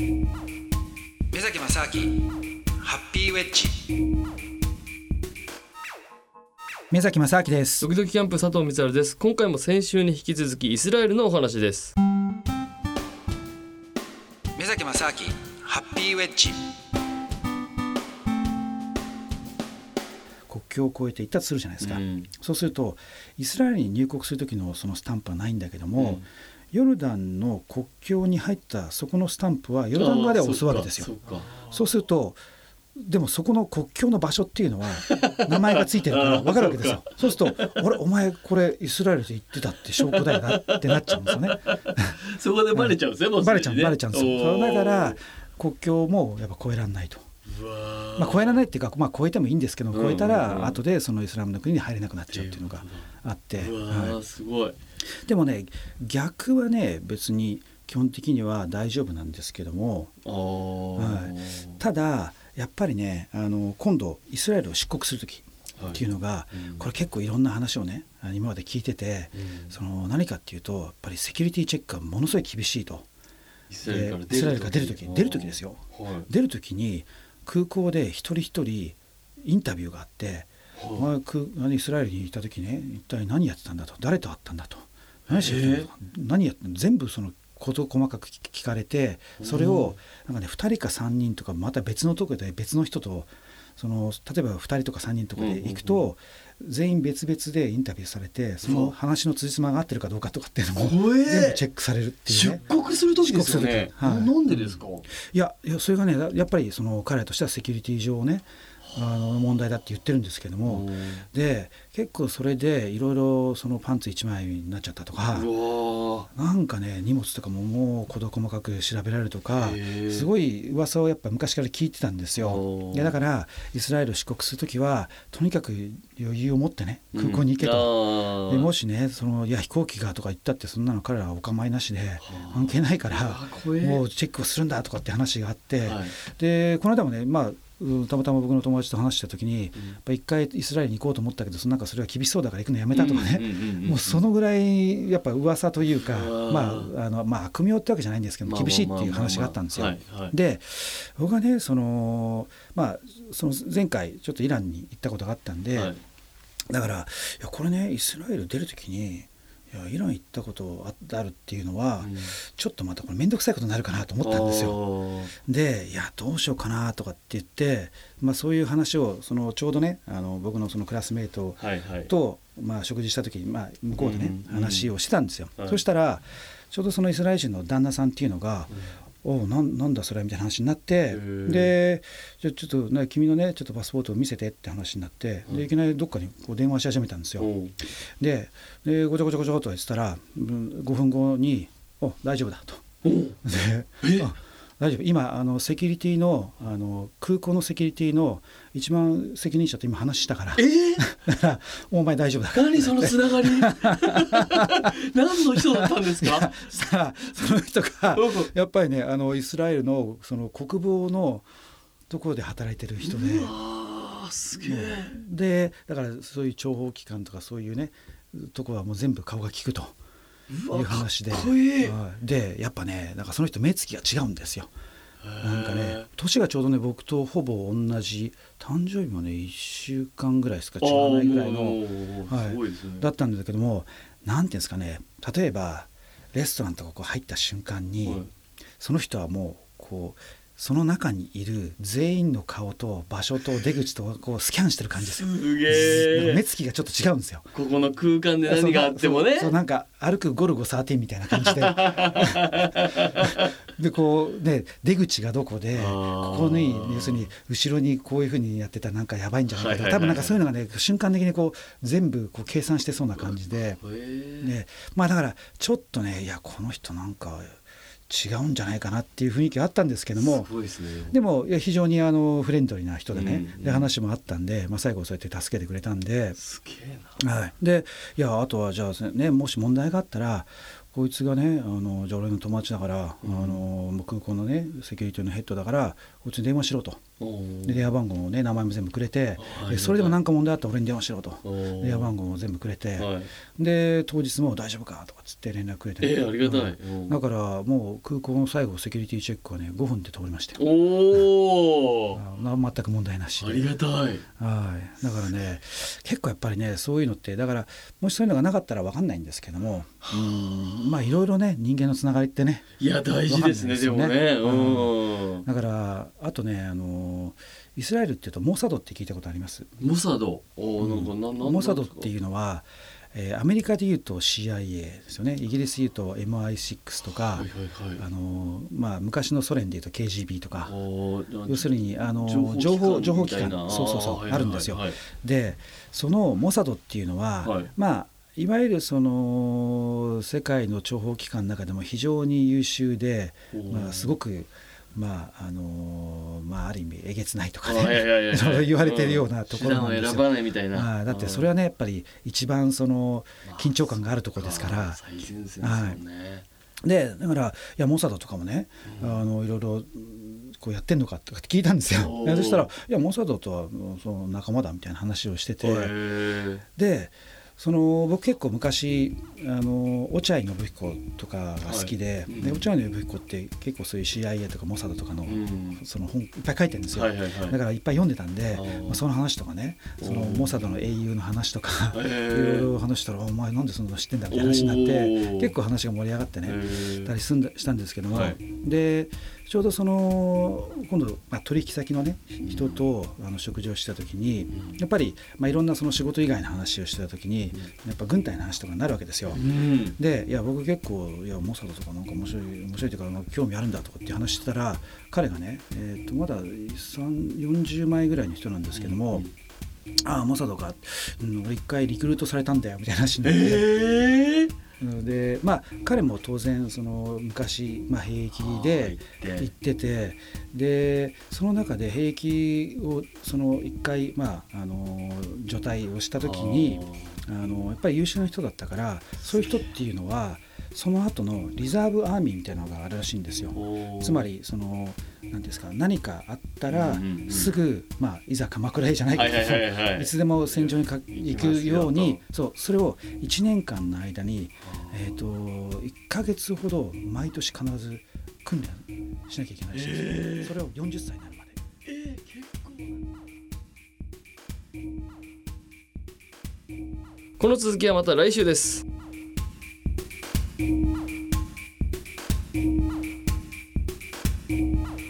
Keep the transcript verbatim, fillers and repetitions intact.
目崎正明ハッピーウェッジ。目崎正明です。 ドキドキキャンプ佐藤光晴です。今回も先週に引き続きイスラエルのお話です。 目崎正明ハッピーウェッジ。国境を越えて行ったとするじゃないですか、うん、そうするとイスラエルに入国する時のそのスタンプはないんだけども、うん、ヨルダンの国境に入ったそこのスタンプはヨルダン側では押すわけですよ。 そ, そ, そうするとでもそこの国境の場所っていうのは名前がついてるから分かるわけですよ。そうするとあれお前これイスラエルで行ってたって証拠だよなってなっちゃうんですよねそこでバレちゃうんですよ、ね、 バレちゃうバレちゃうんですよ。だから国境もやっぱ越えられないと。まあ、越えられないっていうか、まあ、越えてもいいんですけど、越えたら後でそのイスラムの国に入れなくなっちゃうっていうのがあって、 はい、すごい。 でもね逆はね別に基本的には大丈夫なんですけども、はい、ただやっぱりねあの今度イスラエルを出国する時っていうのが、はいうん、これ結構いろんな話をね今まで聞いてて、うん、その何かっていうとやっぱりセキュリティチェックがものすごい厳しいと。 イスラエルから出る時、イスラエルから出る時出る時ですよ、はい、出る時に空港で一人一人インタビューがあって、はい、お前イスラエルにいた時ね一体何やってたんだと、誰と会ったんだと、何してたんだと、何やってんの、全部そのこと細かく聞かれて、それをなんかねふたりかさんにんとかまた別のところで別の人とその例えばふたりとかさんにんとかで行くと、うんうんうん、全員別々でインタビューされてその話の辻褄が合ってるかどうかとかっていうのも全部チェックされるっていうね。 出国する時ですよね、はい、なんでですか。 いや、いやそれがねやっぱりその彼らとしてはセキュリティ上ねあの問題だって言ってるんですけども、で結構それでいろいろそのパンツいちまいになっちゃったとか、なんかね荷物とかももう事細かく調べられるとかすごい噂をやっぱ昔から聞いてたんですよ。いやだからイスラエル出国するときはとにかく余裕を持ってね空港に行けと、うん、でもしねそのいや飛行機がとか言ったってそんなの彼らはお構いなしで関係ないからもうチェックをするんだとかって話があって、はい、でこの間もねまあたまたま僕の友達と話した時に一回イスラエルに行こうと思ったけどなんかそれは厳しそうだから行くのやめたとかね、もうそのぐらいやっぱ噂というかまああのまあ悪名ってわけじゃないんですけど厳しいっていう話があったんですよ。で僕はねそのまあその前回ちょっとイランに行ったことがあったんで、はい、だからいやこれねイスラエル出る時にいやイラン行ったことあるっていうのは、うん、ちょっとまたこれ面倒くさいことになるかなと思ったんですよ。でいやどうしようかなとかって言って、まあ、そういう話をそのちょうどねあの僕のそのクラスメートと、はいはいまあ、食事した時に、まあ、向こうでね、うん、話をしてたんですよ、はい、そしたらちょうどそのイスラエル人の旦那さんっていうのが、うんおう な, なんだそれみたいな話になって、でじゃちょっと、ね、君のねちょっとパスポートを見せてって話になって、でいきなりどっかにこう電話し始めたんですよ。ででごちょごちょごちょと言ってたらごふんごにお大丈夫だと。であ大丈夫今あのセキュリティの、あの空港のセキュリティの一番責任者と今話したから、えー、だからお前大丈夫だから。 何そのつながり何の人だったんですか。 さあその人がやっぱりねあのイスラエルのその国防のところで働いてる人で、 うわすげえ。 でだからそういう諜報機関とかそういうねところはもう全部顔が利くという話で、 かっこいい。 でやっぱねなんかその人目つきが違うんですよ。なんかね年がちょうどね僕とほぼ同じ誕生日もねいっしゅうかんぐらいしか違わないぐらいの、はい、ね、だったんだけどもなんていうんですかね例えばレストランとかこう入った瞬間に、はい、その人はもうこうその中にいる全員の顔と場所と出口とこうスキャンしてる感じですよ。 すげえ。 目つきがちょっと違うんですよ。 ここの空間で何があってもね。 そうそうなんか歩くゴルゴじゅうさんみたいな感じででこうね出口がどこでここに要するに後ろにこういう風にやってたらなんかやばいんじゃないかとか、はいはいはいはい、多分なんかそういうのがね瞬間的にこう全部こう計算してそうな感じで、ね、まあだからちょっとねいやこの人なんか違うんじゃないかなっていう雰囲気があったんですけども、 すごいですね。 でもいや非常にあのフレンドリーな人でね、うんうん、で話もあったんで、まあ、最後そうやって助けてくれたんで、 すげえな、 はい、でいやあとはじゃあ、ね、もし問題があったらこいつがねあのじゃあ俺の友達だから、うん、あの空港のねセキュリティのヘッドだからこいつに電話しろとで電話番号をね名前も全部くれて、はい、それでも何か問題あったら俺に電話しろと電話番号も全部くれて、はい、で当日も大丈夫かとかつって連絡くれて、 ね、えー、ありがたい、 うん、だからもう空港の最後セキュリティチェックはねごふんで通りましたよ。 おー全く問題なしありがたい。はいだからね結構やっぱりねそういうのってだからもしそういうのがなかったら分かんないんですけども、うんまあいろいろね人間のつながりってねいや大事ですね。でもね、 うん、だからあとねあのイスラエルっていうとモサドって聞いたことあります？ モサド、おなんかな、 うん、モサドっていうのは、えー、アメリカでいうと シーアイエー ですよね。イギリスでいうと エムアイシックス とか、はいはいはいあのまあ、昔のソ連でいうと ケージービー とか要するにあの情報情報機関そうそうそう、はいはいはい、あるんですよ。でそのモサドっていうのは、はい、まあいわゆるその世界の諜報機関の中でも非常に優秀で、まあ、すごくまああのーまあ、ある意味えげつないとかね言われてるようなところなんですよ。 手段を選ばないみたいな。 あだってそれはねやっぱり一番その緊張感があるところですから、まあ、 最前線ですよね。はいでだからいやモサドとかもね、うん、あのいろいろこうやってんのかとか聞いたんですよ。そしたらいやモサドとはその仲間だみたいな話をしててでその僕結構昔あの落合信彦とかが好き で,、はいうん、で落合信彦って結構そういう シーアイエー とかモサドとかの、うん、その本いっぱい書いてるんですよ、はいはいはい、だからいっぱい読んでたんで、まあ、その話とかねそのモサドの英雄の話とかいろいろ話したらお前なんでそんなの知ってんだみたいな話になって結構話が盛り上がってねたりすんだしたんですけども、はい、でちょうどその今度、まあ、取引先の、ね、人とあの食事をした時にやっぱり、まあ、いろんなその仕事以外の話をしてた時にやっぱ軍隊の話とかになるわけですよ、うん、でいや僕結構いやモサドとかなんか面白い面白いというか興味あるんだとかって話してたら彼がね、えー、とまだよんじゅうまいぐらいの人なんですけども、うんああモサドか、うん、俺一回リクルートされたんだよみたいな話になって、えー、でまあ彼も当然その昔、まあ、兵役で行っててでその中で兵役をその一回、まあ、あの除隊をした時にあのやっぱり優秀な人だったからそういう人っていうのはその後のリザーブアーミーみたいなのがあるらしいんですよ。つまりその何ですか何かあったらすぐ、まあ、いざ鎌倉へじゃないけど、はいはいはいはい、いつでも戦場にか行くようにそうそれをいちねんかんの間に、えー、といっかげつほど毎年必ず訓練しなきゃいけないし、えー、それをよんじゅっさいになるまで、 えー、結構この続きはまた来週です。Thank you.